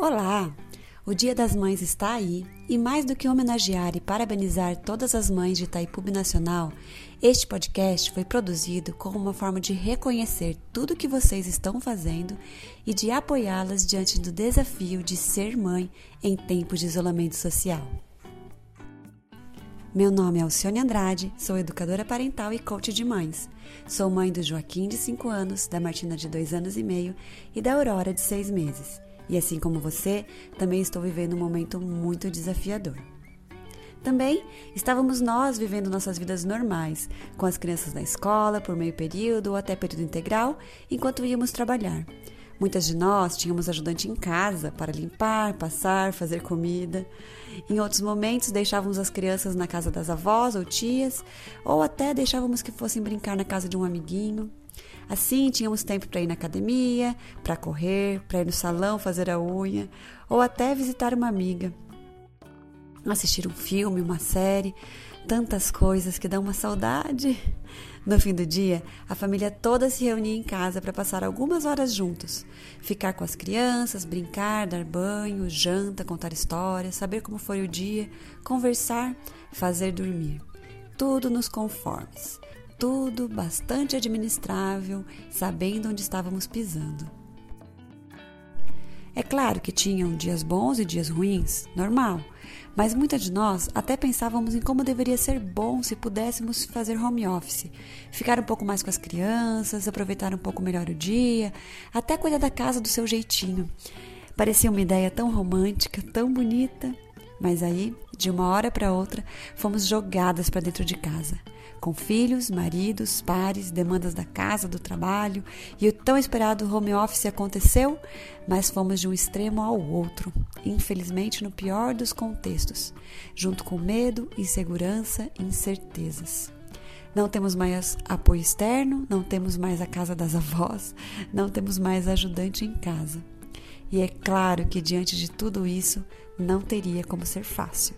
Olá! O Dia das Mães está aí e mais do que homenagear e parabenizar todas as mães de Itaipu Binacional, este podcast foi produzido como uma forma de reconhecer tudo o que vocês estão fazendo e de apoiá-las diante do desafio de ser mãe em tempos de isolamento social. Meu nome é Alcione Andrade, sou educadora parental e coach de mães. Sou mãe do Joaquim, de 5 anos, da Martina, de 2 anos e meio e da Aurora, de 6 meses. E assim como você, também estou vivendo um momento muito desafiador. Também estávamos nós vivendo nossas vidas normais, com as crianças na escola, por meio período ou até período integral, enquanto íamos trabalhar. Muitas de nós tínhamos ajudante em casa para limpar, passar, fazer comida. Em outros momentos, deixávamos as crianças na casa das avós ou tias, ou até deixávamos que fossem brincar na casa de um amiguinho. Assim, tínhamos tempo para ir na academia, para correr, para ir no salão fazer a unha, ou até visitar uma amiga. Assistir um filme, uma série, tantas coisas que dão uma saudade. No fim do dia, a família toda se reunia em casa para passar algumas horas juntos. Ficar com as crianças, brincar, dar banho, janta, contar histórias, saber como foi o dia, conversar, fazer dormir. Tudo nos conformes. Tudo bastante administrável, sabendo onde estávamos pisando. É claro que tinham dias bons e dias ruins, normal, mas muitas de nós até pensávamos em como deveria ser bom se pudéssemos fazer home office, ficar um pouco mais com as crianças, aproveitar um pouco melhor o dia, até cuidar da casa do seu jeitinho. Parecia uma ideia tão romântica, tão bonita, mas aí, de uma hora para outra, fomos jogadas para dentro de casa. Com filhos, maridos, pares, demandas da casa, do trabalho, e o tão esperado home office aconteceu, mas fomos de um extremo ao outro, infelizmente no pior dos contextos, junto com medo, insegurança e incertezas. Não temos mais apoio externo, não temos mais a casa das avós, não temos mais ajudante em casa. E é claro que diante de tudo isso, não teria como ser fácil.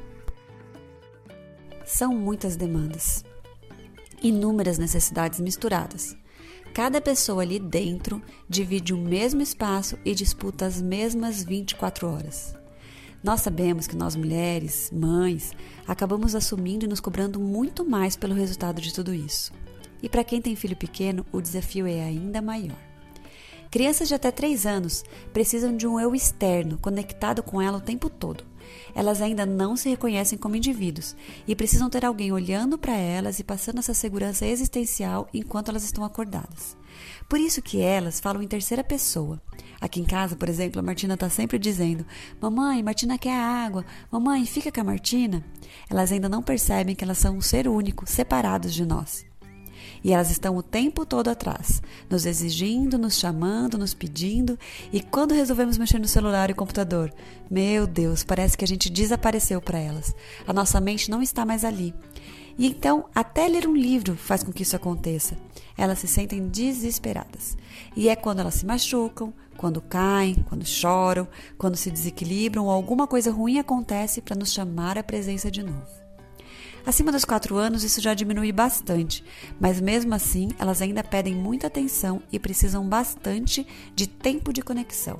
São muitas demandas. Inúmeras necessidades misturadas. Cada pessoa ali dentro divide o mesmo espaço e disputa as mesmas 24 horas. Nós sabemos que nós mulheres, mães, acabamos assumindo e nos cobrando muito mais pelo resultado de tudo isso. E para quem tem filho pequeno, o desafio é ainda maior. Crianças de até 3 anos precisam de um eu externo, conectado com ela o tempo todo. Elas ainda não se reconhecem como indivíduos e precisam ter alguém olhando para elas e passando essa segurança existencial enquanto elas estão acordadas. Por isso que elas falam em terceira pessoa. Aqui em casa, por exemplo, a Martina está sempre dizendo: "Mamãe, Martina quer água. Mamãe, fica com a Martina." Elas ainda não percebem que elas são um ser único, separados de nós. E elas estão o tempo todo atrás, nos exigindo, nos chamando, nos pedindo. E quando resolvemos mexer no celular e computador, meu Deus, parece que a gente desapareceu para elas. A nossa mente não está mais ali. E então, até ler um livro faz com que isso aconteça. Elas se sentem desesperadas. E é quando elas se machucam, quando caem, quando choram, quando se desequilibram ou alguma coisa ruim acontece para nos chamar à presença de novo. Acima dos 4 anos, isso já diminui bastante, mas mesmo assim, elas ainda pedem muita atenção e precisam bastante de tempo de conexão.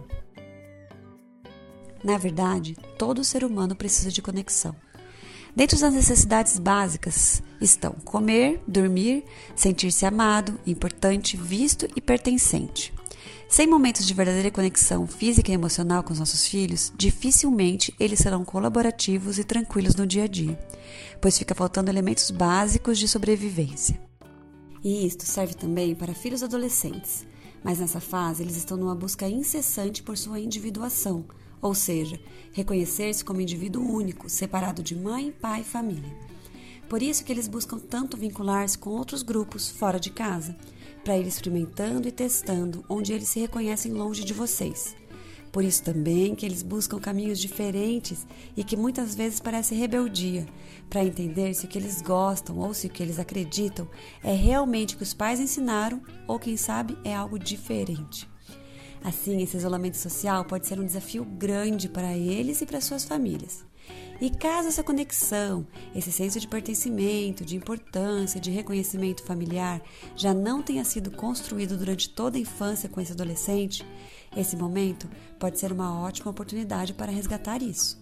Na verdade, todo ser humano precisa de conexão. Dentro das necessidades básicas estão comer, dormir, sentir-se amado, importante, visto e pertencente. Sem momentos de verdadeira conexão física e emocional com os nossos filhos, dificilmente eles serão colaborativos e tranquilos no dia a dia, pois fica faltando elementos básicos de sobrevivência. E isto serve também para filhos adolescentes, mas nessa fase eles estão numa busca incessante por sua individuação, ou seja, reconhecer-se como indivíduo único, separado de mãe, pai e família. Por isso que eles buscam tanto vincular-se com outros grupos fora de casa, para ir experimentando e testando onde eles se reconhecem longe de vocês. Por isso também que eles buscam caminhos diferentes e que muitas vezes parecem rebeldia, para entender se o que eles gostam ou se o que eles acreditam é realmente o que os pais ensinaram ou, quem sabe, é algo diferente. Assim, esse isolamento social pode ser um desafio grande para eles e para suas famílias. E caso essa conexão, esse senso de pertencimento, de importância, de reconhecimento familiar já não tenha sido construído durante toda a infância com esse adolescente, Esse momento pode ser uma ótima oportunidade para resgatar isso.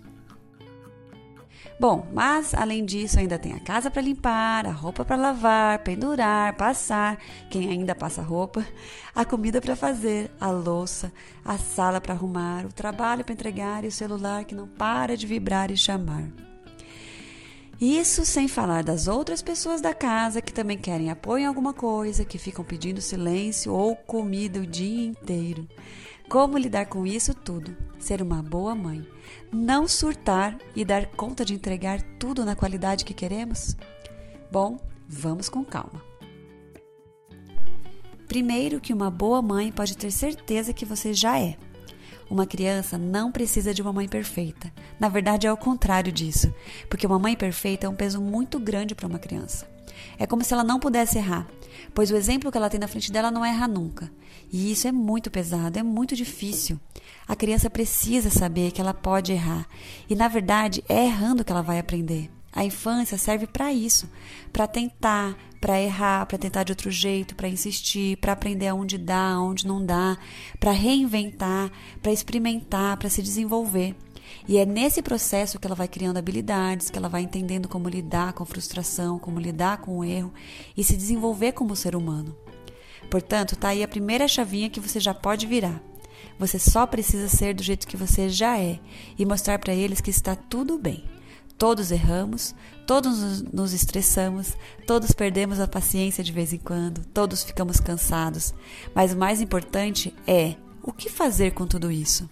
Bom, mas além disso ainda tem a casa para limpar, a roupa para lavar, pendurar, passar, quem ainda passa roupa, a comida para fazer, a louça, a sala para arrumar, o trabalho para entregar e o celular que não para de vibrar e chamar. Isso sem falar das outras pessoas da casa que também querem apoio em alguma coisa, que ficam pedindo silêncio ou comida o dia inteiro. Como lidar com isso tudo? Ser uma boa mãe. Não surtar e dar conta de entregar tudo na qualidade que queremos? Bom, vamos com calma. Primeiro, que uma boa mãe pode ter certeza que você já é. Uma criança não precisa de uma mãe perfeita. Na verdade, é o contrário disso, porque uma mãe perfeita é um peso muito grande para uma criança. É como se ela não pudesse errar, pois o exemplo que ela tem na frente dela não erra nunca. E isso é muito pesado, é muito difícil. A criança precisa saber que ela pode errar. E, na verdade, é errando que ela vai aprender. A infância serve para isso, para tentar, para errar, para tentar de outro jeito, para insistir, para aprender aonde dá, aonde não dá, para reinventar, para experimentar, para se desenvolver. E é nesse processo que ela vai criando habilidades, que ela vai entendendo como lidar com a frustração, como lidar com o erro e se desenvolver como ser humano. Portanto, tá aí a primeira chavinha que você já pode virar. Você só precisa ser do jeito que você já é e mostrar para eles que está tudo bem. Todos erramos, todos nos estressamos, todos perdemos a paciência de vez em quando, todos ficamos cansados. Mas o mais importante é o que fazer com tudo isso?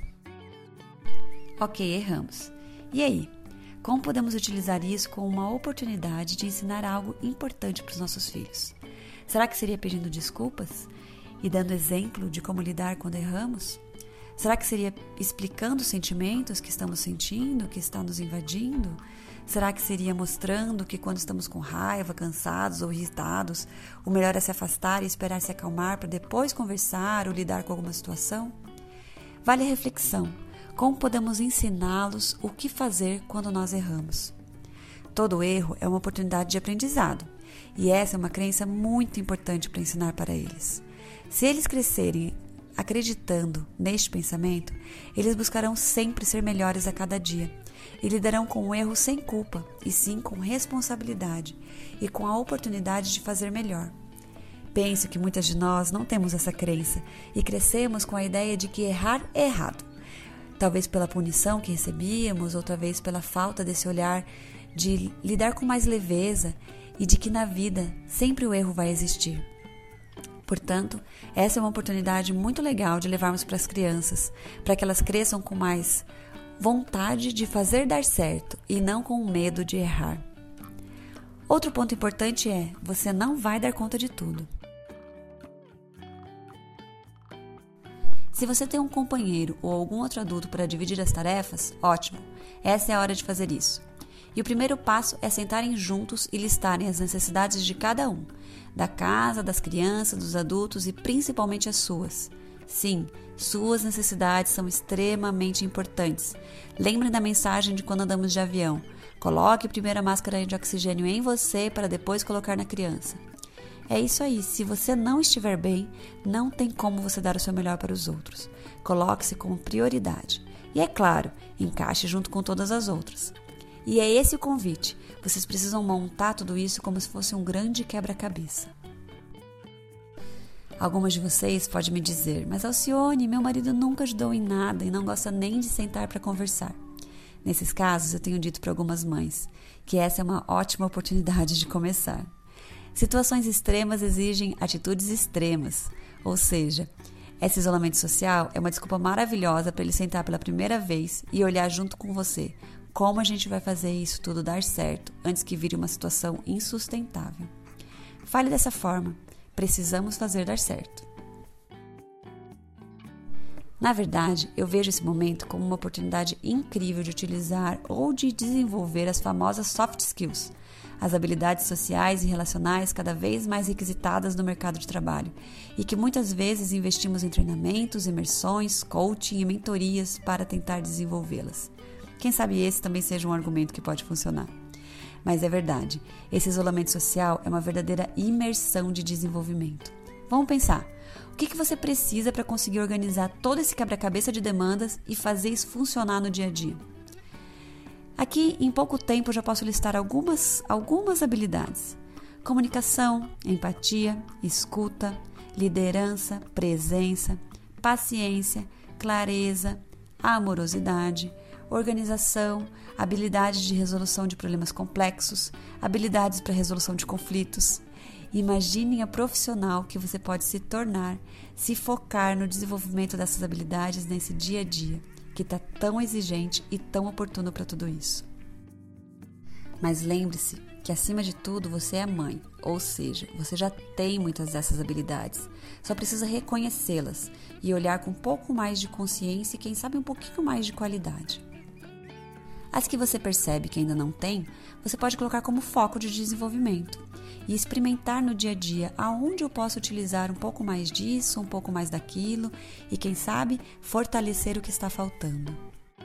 Ok, erramos. E aí? Como podemos utilizar isso como uma oportunidade de ensinar algo importante para os nossos filhos? Será que seria pedindo desculpas e dando exemplo de como lidar quando erramos? Será que seria explicando os sentimentos que estamos sentindo, que está nos invadindo? Será que seria mostrando que quando estamos com raiva, cansados ou irritados, o melhor é se afastar e esperar se acalmar para depois conversar ou lidar com alguma situação? Vale a reflexão. Como podemos ensiná-los o que fazer quando nós erramos? Todo erro é uma oportunidade de aprendizado, e essa é uma crença muito importante para ensinar para eles. Se eles crescerem acreditando neste pensamento, eles buscarão sempre ser melhores a cada dia e lidarão com o erro sem culpa, e sim com responsabilidade e com a oportunidade de fazer melhor. Penso que muitas de nós não temos essa crença e crescemos com a ideia de que errar é errado. Talvez pela punição que recebíamos, ou talvez pela falta desse olhar de lidar com mais leveza e de que na vida sempre o erro vai existir. Portanto, essa é uma oportunidade muito legal de levarmos para as crianças, para que elas cresçam com mais vontade de fazer dar certo e não com medo de errar. Outro ponto importante é: você não vai dar conta de tudo. Se você tem um companheiro ou algum outro adulto para dividir as tarefas, ótimo, essa é a hora de fazer isso. E o primeiro passo é sentarem juntos e listarem as necessidades de cada um, da casa, das crianças, dos adultos e principalmente as suas. Sim, suas necessidades são extremamente importantes. Lembrem da mensagem de quando andamos de avião. Coloque primeiro a máscara de oxigênio em você para depois colocar na criança. É isso aí, se você não estiver bem, não tem como você dar o seu melhor para os outros. Coloque-se como prioridade. E é claro, encaixe junto com todas as outras. E é esse o convite. Vocês precisam montar tudo isso como se fosse um grande quebra-cabeça. Algumas de vocês podem me dizer: mas Alcione, meu marido nunca ajudou em nada e não gosta nem de sentar para conversar. Nesses casos, eu tenho dito para algumas mães que essa é uma ótima oportunidade de começar. Situações extremas exigem atitudes extremas, ou seja, esse isolamento social é uma desculpa maravilhosa para ele sentar pela primeira vez e olhar junto com você como a gente vai fazer isso tudo dar certo antes que vire uma situação insustentável. Fale dessa forma: precisamos fazer dar certo. Na verdade, eu vejo esse momento como uma oportunidade incrível de utilizar ou de desenvolver as famosas soft skills, as habilidades sociais e relacionais cada vez mais requisitadas no mercado de trabalho e que muitas vezes investimos em treinamentos, imersões, coaching e mentorias para tentar desenvolvê-las. Quem sabe esse também seja um argumento que pode funcionar. Mas é verdade, esse isolamento social é uma verdadeira imersão de desenvolvimento. Vamos pensar. O que você precisa para conseguir organizar todo esse quebra-cabeça de demandas e fazer isso funcionar no dia a dia? Aqui, em pouco tempo, eu já posso listar algumas habilidades. Comunicação, empatia, escuta, liderança, presença, paciência, clareza, amorosidade, organização, habilidades de resolução de problemas complexos, habilidades para resolução de conflitos. Imaginem a profissional que você pode se tornar se focar no desenvolvimento dessas habilidades nesse dia a dia, que está tão exigente e tão oportuno para tudo isso. Mas lembre-se que, acima de tudo, você é mãe, ou seja, você já tem muitas dessas habilidades. Só precisa reconhecê-las e olhar com um pouco mais de consciência e, quem sabe, um pouquinho mais de qualidade. As que você percebe que ainda não tem, você pode colocar como foco de desenvolvimento e experimentar no dia a dia aonde eu posso utilizar um pouco mais disso, um pouco mais daquilo e, quem sabe, fortalecer o que está faltando.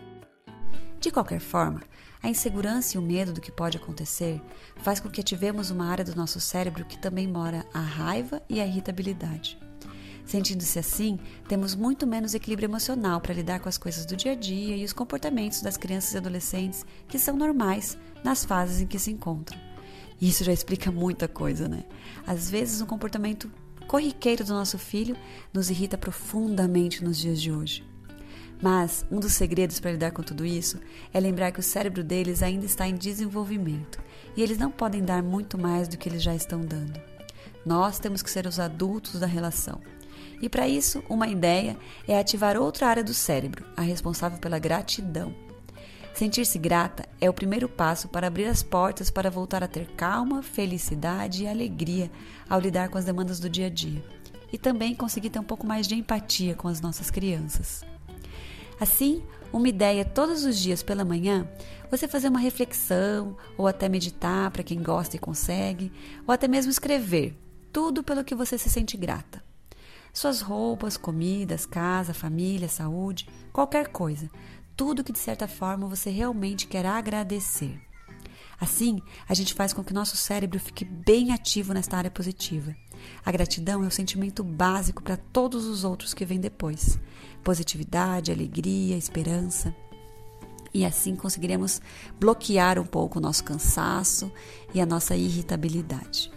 De qualquer forma, a insegurança e o medo do que pode acontecer faz com que ativemos uma área do nosso cérebro que também mora a raiva e a irritabilidade. Sentindo-se assim, temos muito menos equilíbrio emocional para lidar com as coisas do dia a dia e os comportamentos das crianças e adolescentes que são normais nas fases em que se encontram. E isso já explica muita coisa, né? Às vezes, um comportamento corriqueiro do nosso filho nos irrita profundamente nos dias de hoje. Mas um dos segredos para lidar com tudo isso é lembrar que o cérebro deles ainda está em desenvolvimento e eles não podem dar muito mais do que eles já estão dando. Nós temos que ser os adultos da relação. E para isso, uma ideia é ativar outra área do cérebro, a responsável pela gratidão. Sentir-se grata é o primeiro passo para abrir as portas para voltar a ter calma, felicidade e alegria ao lidar com as demandas do dia a dia. E também conseguir ter um pouco mais de empatia com as nossas crianças. Assim, uma ideia todos os dias pela manhã, você fazer uma reflexão ou até meditar para quem gosta e consegue, ou até mesmo escrever tudo pelo que você se sente grata. Suas roupas, comidas, casa, família, saúde, qualquer coisa. Tudo que de certa forma você realmente quer agradecer. Assim, a gente faz com que o nosso cérebro fique bem ativo nesta área positiva. A gratidão é o sentimento básico para todos os outros que vêm depois. Positividade, alegria, esperança. E assim conseguiremos bloquear um pouco o nosso cansaço e a nossa irritabilidade.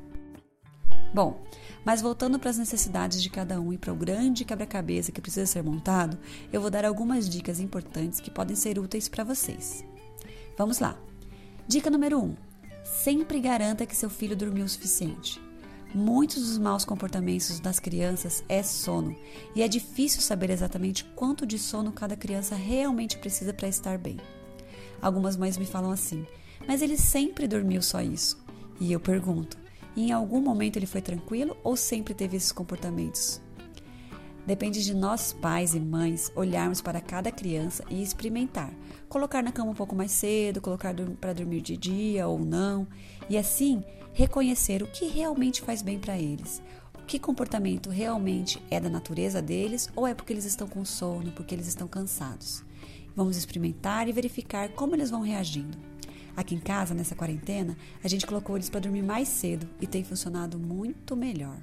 Bom, mas voltando para as necessidades de cada um e para o grande quebra-cabeça que precisa ser montado, eu vou dar algumas dicas importantes que podem ser úteis para vocês. Vamos lá! Dica número 1. Sempre garanta que seu filho dormiu o suficiente. Muitos dos maus comportamentos das crianças é sono, e é difícil saber exatamente quanto de sono cada criança realmente precisa para estar bem. Algumas mães me falam assim, mas ele sempre dormiu só isso. E eu pergunto, e em algum momento ele foi tranquilo ou sempre teve esses comportamentos? Depende de nós, pais e mães, olharmos para cada criança e experimentar. Colocar na cama um pouco mais cedo, colocar para dormir de dia ou não. E assim, reconhecer o que realmente faz bem para eles. O que comportamento realmente é da natureza deles ou é porque eles estão com sono, porque eles estão cansados. Vamos experimentar e verificar como eles vão reagindo. Aqui em casa, nessa quarentena, a gente colocou eles para dormir mais cedo e tem funcionado muito melhor.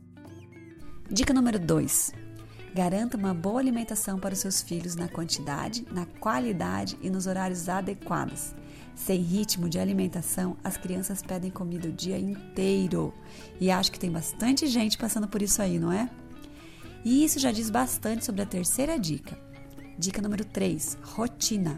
Dica número 2. Garanta uma boa alimentação para os seus filhos na quantidade, na qualidade e nos horários adequados. Sem ritmo de alimentação, as crianças pedem comida o dia inteiro. E acho que tem bastante gente passando por isso aí, não é? E isso já diz bastante sobre a terceira dica. Dica número 3, rotina.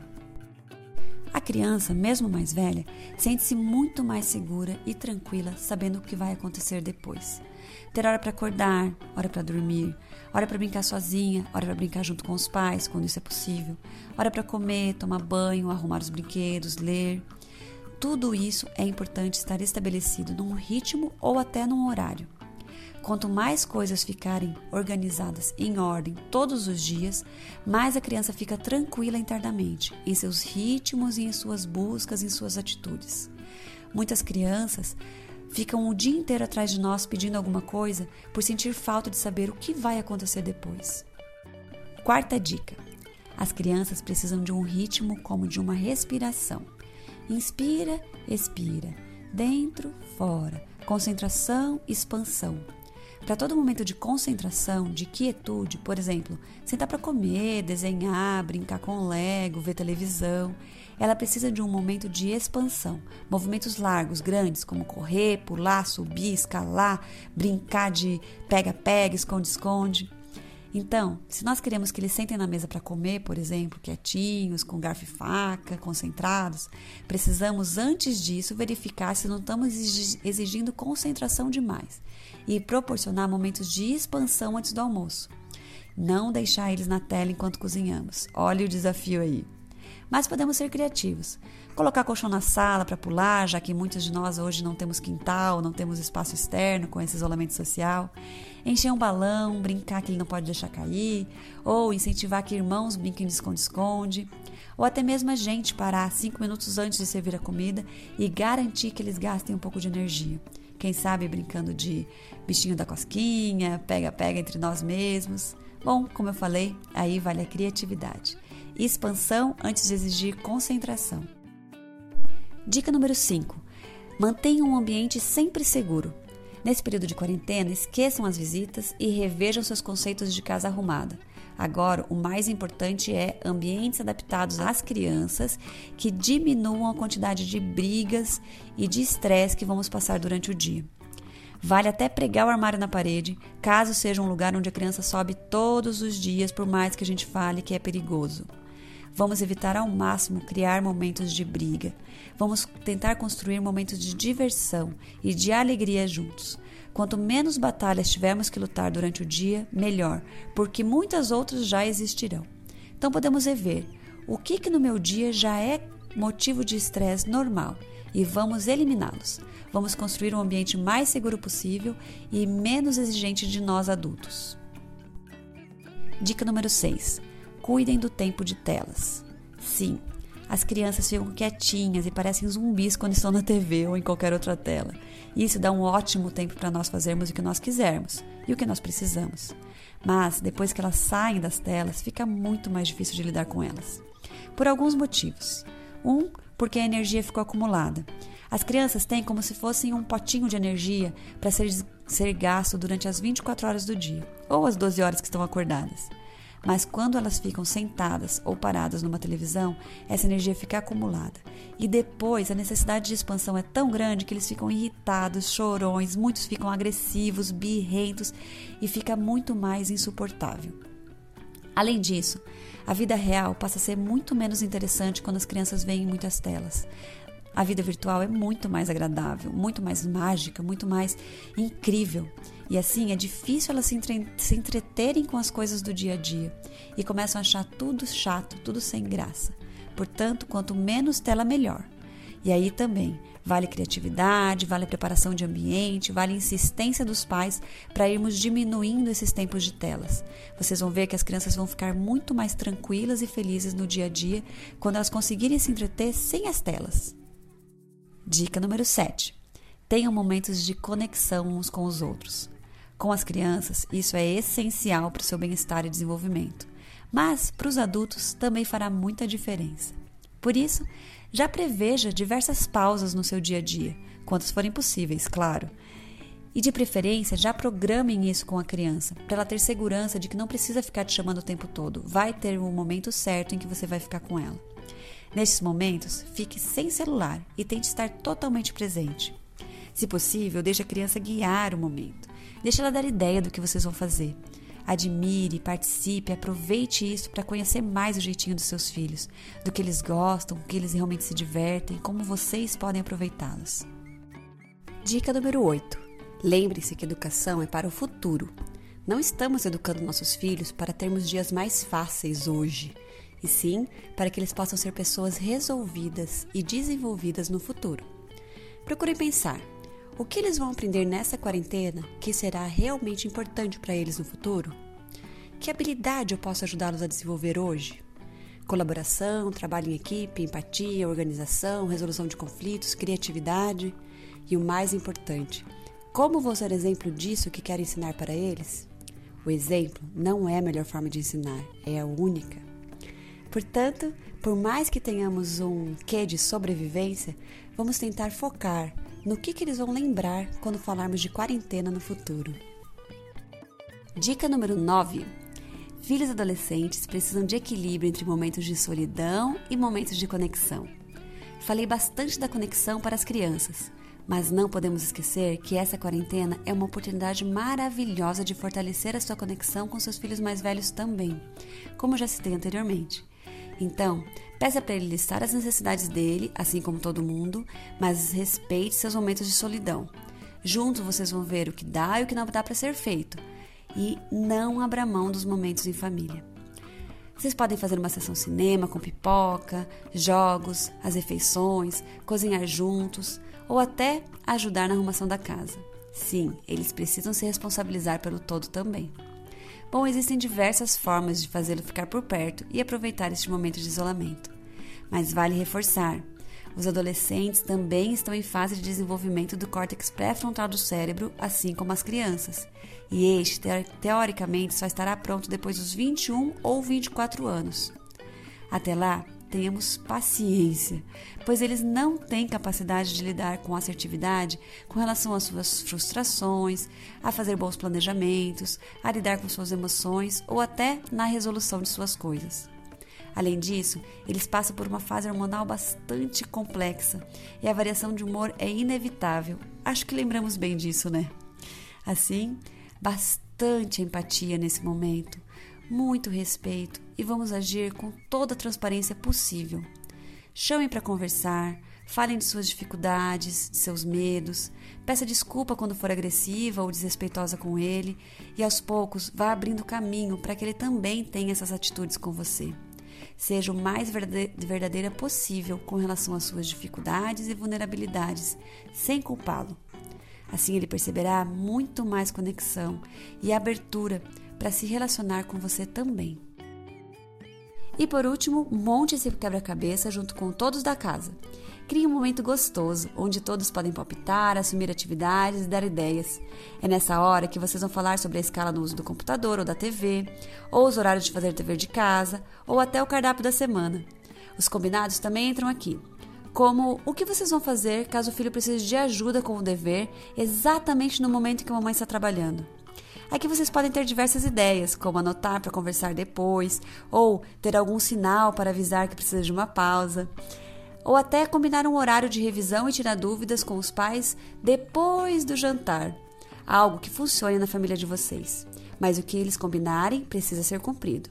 A criança, mesmo mais velha, sente-se muito mais segura e tranquila sabendo o que vai acontecer depois. Ter hora para acordar, hora para dormir, hora para brincar sozinha, hora para brincar junto com os pais, quando isso é possível, hora para comer, tomar banho, arrumar os brinquedos, ler. Tudo isso é importante estar estabelecido num ritmo ou até num horário. Quanto mais coisas ficarem organizadas em ordem todos os dias, mais a criança fica tranquila internamente, em seus ritmos e em suas buscas, em suas atitudes. Muitas crianças ficam o dia inteiro atrás de nós pedindo alguma coisa por sentir falta de saber o que vai acontecer depois. Quarta dica. As crianças precisam de um ritmo como de uma respiração. Inspira, expira. Dentro, fora. Concentração, expansão. Para todo momento de concentração, de quietude, por exemplo, sentar para comer, desenhar, brincar com Lego, ver televisão, ela precisa de um momento de expansão. Movimentos largos, grandes, como correr, pular, subir, escalar, brincar de pega-pega, esconde-esconde. Então, se nós queremos que eles sentem na mesa para comer, por exemplo, quietinhos, com garfo e faca, concentrados, precisamos, antes disso, verificar se não estamos exigindo concentração demais e proporcionar momentos de expansão antes do almoço. Não deixar eles na tela enquanto cozinhamos. Olha o desafio aí. Mas podemos ser criativos. Colocar colchão na sala para pular, já que muitos de nós hoje não temos quintal, não temos espaço externo com esse isolamento social. Encher um balão, brincar que ele não pode deixar cair, ou incentivar que irmãos brinquem de esconde-esconde, ou até mesmo a gente parar 5 minutos antes de servir a comida e garantir que eles gastem um pouco de energia. Quem sabe brincando de bichinho da cosquinha, pega-pega entre nós mesmos. Bom, como eu falei, aí vale a criatividade. Expansão antes de exigir concentração. Dica número 5. Mantenha um ambiente sempre seguro. Nesse período de quarentena, esqueçam as visitas e revejam seus conceitos de casa arrumada. Agora, o mais importante é ambientes adaptados às crianças que diminuam a quantidade de brigas e de estresse que vamos passar durante o dia. Vale até pregar o armário na parede, caso seja um lugar onde a criança sobe todos os dias, por mais que a gente fale que é perigoso. Vamos evitar ao máximo criar momentos de briga. Vamos tentar construir momentos de diversão e de alegria juntos. Quanto menos batalhas tivermos que lutar durante o dia, melhor, porque muitas outras já existirão. Então podemos rever o que no meu dia já é motivo de estresse normal e vamos eliminá-los. Vamos construir um ambiente mais seguro possível e menos exigente de nós adultos. Dica número 6. Cuidem do tempo de telas. Sim, as crianças ficam quietinhas e parecem zumbis quando estão na TV ou em qualquer outra tela. Isso dá um ótimo tempo para nós fazermos o que nós quisermos e o que nós precisamos. Mas, depois que elas saem das telas, fica muito mais difícil de lidar com elas. Por alguns motivos. Porque a energia ficou acumulada. As crianças têm como se fossem um potinho de energia para ser gasto durante as 24 horas do dia, ou as 12 horas que estão acordadas. Mas quando elas ficam sentadas ou paradas numa televisão, essa energia fica acumulada. E depois a necessidade de expansão é tão grande que eles ficam irritados, chorões, muitos ficam agressivos, birrentos e fica muito mais insuportável. Além disso, a vida real passa a ser muito menos interessante quando as crianças veem muitas telas. A vida virtual é muito mais agradável, muito mais mágica, muito mais incrível. E assim é difícil elas se entreterem com as coisas do dia a dia e começam a achar tudo chato, tudo sem graça. Portanto, quanto menos tela, melhor. E aí também vale criatividade, vale a preparação de ambiente, vale a insistência dos pais para irmos diminuindo esses tempos de telas. Vocês vão ver que as crianças vão ficar muito mais tranquilas e felizes no dia a dia quando elas conseguirem se entreter sem as telas. Dica número 7. Tenham momentos de conexão uns com os outros. Com as crianças, isso é essencial para o seu bem-estar e desenvolvimento. Mas, para os adultos, também fará muita diferença. Por isso, já preveja diversas pausas no seu dia a dia, quantas forem possíveis, claro. E, de preferência, já programem isso com a criança, para ela ter segurança de que não precisa ficar te chamando o tempo todo. Vai ter um momento certo em que você vai ficar com ela. Nesses momentos, fique sem celular e tente estar totalmente presente. Se possível, deixe a criança guiar o momento. Deixe ela dar ideia do que vocês vão fazer. Admire, participe, aproveite isso para conhecer mais o jeitinho dos seus filhos, do que eles gostam, do que eles realmente se divertem, como vocês podem aproveitá-los. Dica número 8. Lembre-se que educação é para o futuro. Não estamos educando nossos filhos para termos dias mais fáceis hoje, e sim para que eles possam ser pessoas resolvidas e desenvolvidas no futuro. Procure pensar, o que eles vão aprender nessa quarentena que será realmente importante para eles no futuro? Que habilidade eu posso ajudá-los a desenvolver hoje? Colaboração, trabalho em equipe, empatia, organização, resolução de conflitos, criatividade e o mais importante, como vou ser exemplo disso que quero ensinar para eles? O exemplo não é a melhor forma de ensinar, é a única. Portanto, por mais que tenhamos um quê de sobrevivência, vamos tentar focar no que eles vão lembrar quando falarmos de quarentena no futuro. Dica número 9. Filhos adolescentes precisam de equilíbrio entre momentos de solidão e momentos de conexão. Falei bastante da conexão para as crianças, mas não podemos esquecer que essa quarentena é uma oportunidade maravilhosa de fortalecer a sua conexão com seus filhos mais velhos também, como já citei anteriormente. Então, peça para ele listar as necessidades dele, assim como todo mundo, mas respeite seus momentos de solidão. Juntos vocês vão ver o que dá e o que não dá para ser feito. E não abra mão dos momentos em família. Vocês podem fazer uma sessão cinema com pipoca, jogos, as refeições, cozinhar juntos ou até ajudar na arrumação da casa. Sim, eles precisam se responsabilizar pelo todo também. Bom, existem diversas formas de fazê-lo ficar por perto e aproveitar este momento de isolamento. Mas vale reforçar, os adolescentes também estão em fase de desenvolvimento do córtex pré-frontal do cérebro, assim como as crianças. E este, teoricamente, só estará pronto depois dos 21 ou 24 anos. Até lá, tenhamos paciência, pois eles não têm capacidade de lidar com assertividade com relação às suas frustrações, a fazer bons planejamentos, a lidar com suas emoções ou até na resolução de suas coisas. Além disso, eles passam por uma fase hormonal bastante complexa e a variação de humor é inevitável. Acho que lembramos bem disso, né? Assim, bastante empatia nesse momento, muito respeito e vamos agir com toda a transparência possível. Chamem para conversar, falem de suas dificuldades, de seus medos, peça desculpa quando for agressiva ou desrespeitosa com ele e aos poucos vá abrindo caminho para que ele também tenha essas atitudes com você. Seja o mais verdadeira possível com relação às suas dificuldades e vulnerabilidades, sem culpá-lo. Assim ele perceberá muito mais conexão e abertura para se relacionar com você também. E por último, monte esse quebra-cabeça junto com todos da casa. Crie um momento gostoso, onde todos podem palpitar, assumir atividades e dar ideias. É nessa hora que vocês vão falar sobre a escala no uso do computador ou da TV, ou os horários de fazer dever de casa, ou até o cardápio da semana. Os combinados também entram aqui, como o que vocês vão fazer caso o filho precise de ajuda com o dever, exatamente no momento em que a mamãe está trabalhando. Aqui vocês podem ter diversas ideias, como anotar para conversar depois, ou ter algum sinal para avisar que precisa de uma pausa, ou até combinar um horário de revisão e tirar dúvidas com os pais depois do jantar. Algo que funcione na família de vocês, mas o que eles combinarem precisa ser cumprido.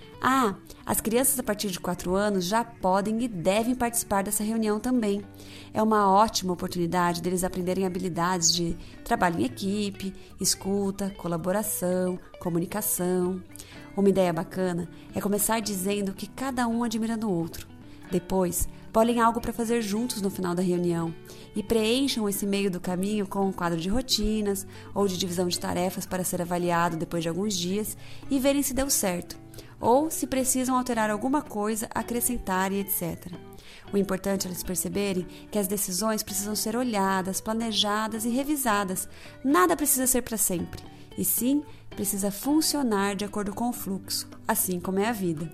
As crianças a partir de 4 anos já podem e devem participar dessa reunião também. É uma ótima oportunidade deles aprenderem habilidades de trabalho em equipe, escuta, colaboração, comunicação. Uma ideia bacana é começar dizendo que cada um admira no outro. Depois, bolem algo para fazer juntos no final da reunião e preencham esse meio do caminho com um quadro de rotinas ou de divisão de tarefas para ser avaliado depois de alguns dias e verem se deu certo. Ou, se precisam alterar alguma coisa, acrescentar e etc. O importante é eles perceberem que as decisões precisam ser olhadas, planejadas e revisadas. Nada precisa ser para sempre, e sim precisa funcionar de acordo com o fluxo, assim como é a vida.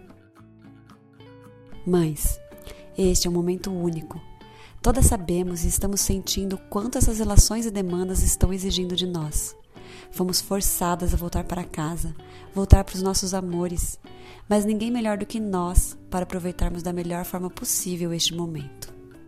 Mães, este é um momento único. Todas sabemos e estamos sentindo o quanto essas relações e demandas estão exigindo de nós. Fomos forçadas a voltar para casa, voltar para os nossos amores, mas ninguém melhor do que nós para aproveitarmos da melhor forma possível este momento.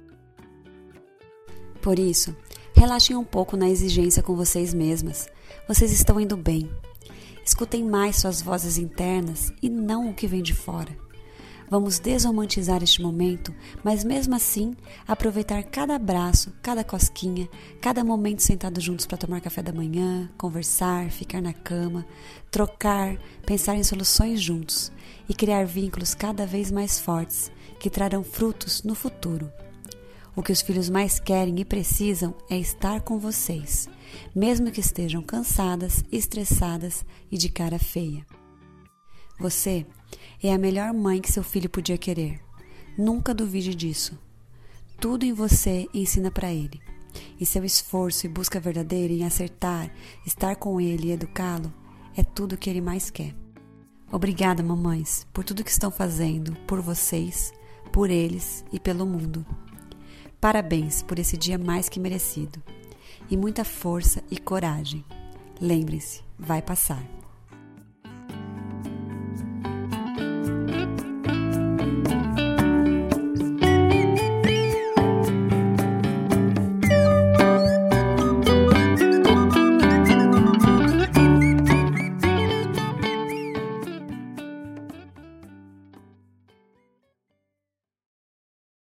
Por isso, relaxem um pouco na exigência com vocês mesmas. Vocês estão indo bem. Escutem mais suas vozes internas e não o que vem de fora. Vamos desromantizar este momento, mas mesmo assim aproveitar cada abraço, cada cosquinha, cada momento sentados juntos para tomar café da manhã, conversar, ficar na cama, trocar, pensar em soluções juntos e criar vínculos cada vez mais fortes que trarão frutos no futuro. O que os filhos mais querem e precisam é estar com vocês, mesmo que estejam cansadas, estressadas e de cara feia. Você é a melhor mãe que seu filho podia querer. Nunca duvide disso. Tudo em você ensina para ele. E seu esforço e busca verdadeira em acertar, estar com ele e educá-lo é tudo o que ele mais quer. Obrigada, mamães, por tudo que estão fazendo, por vocês, por eles e pelo mundo. Parabéns por esse dia mais que merecido. E muita força e coragem. Lembre-se, vai passar.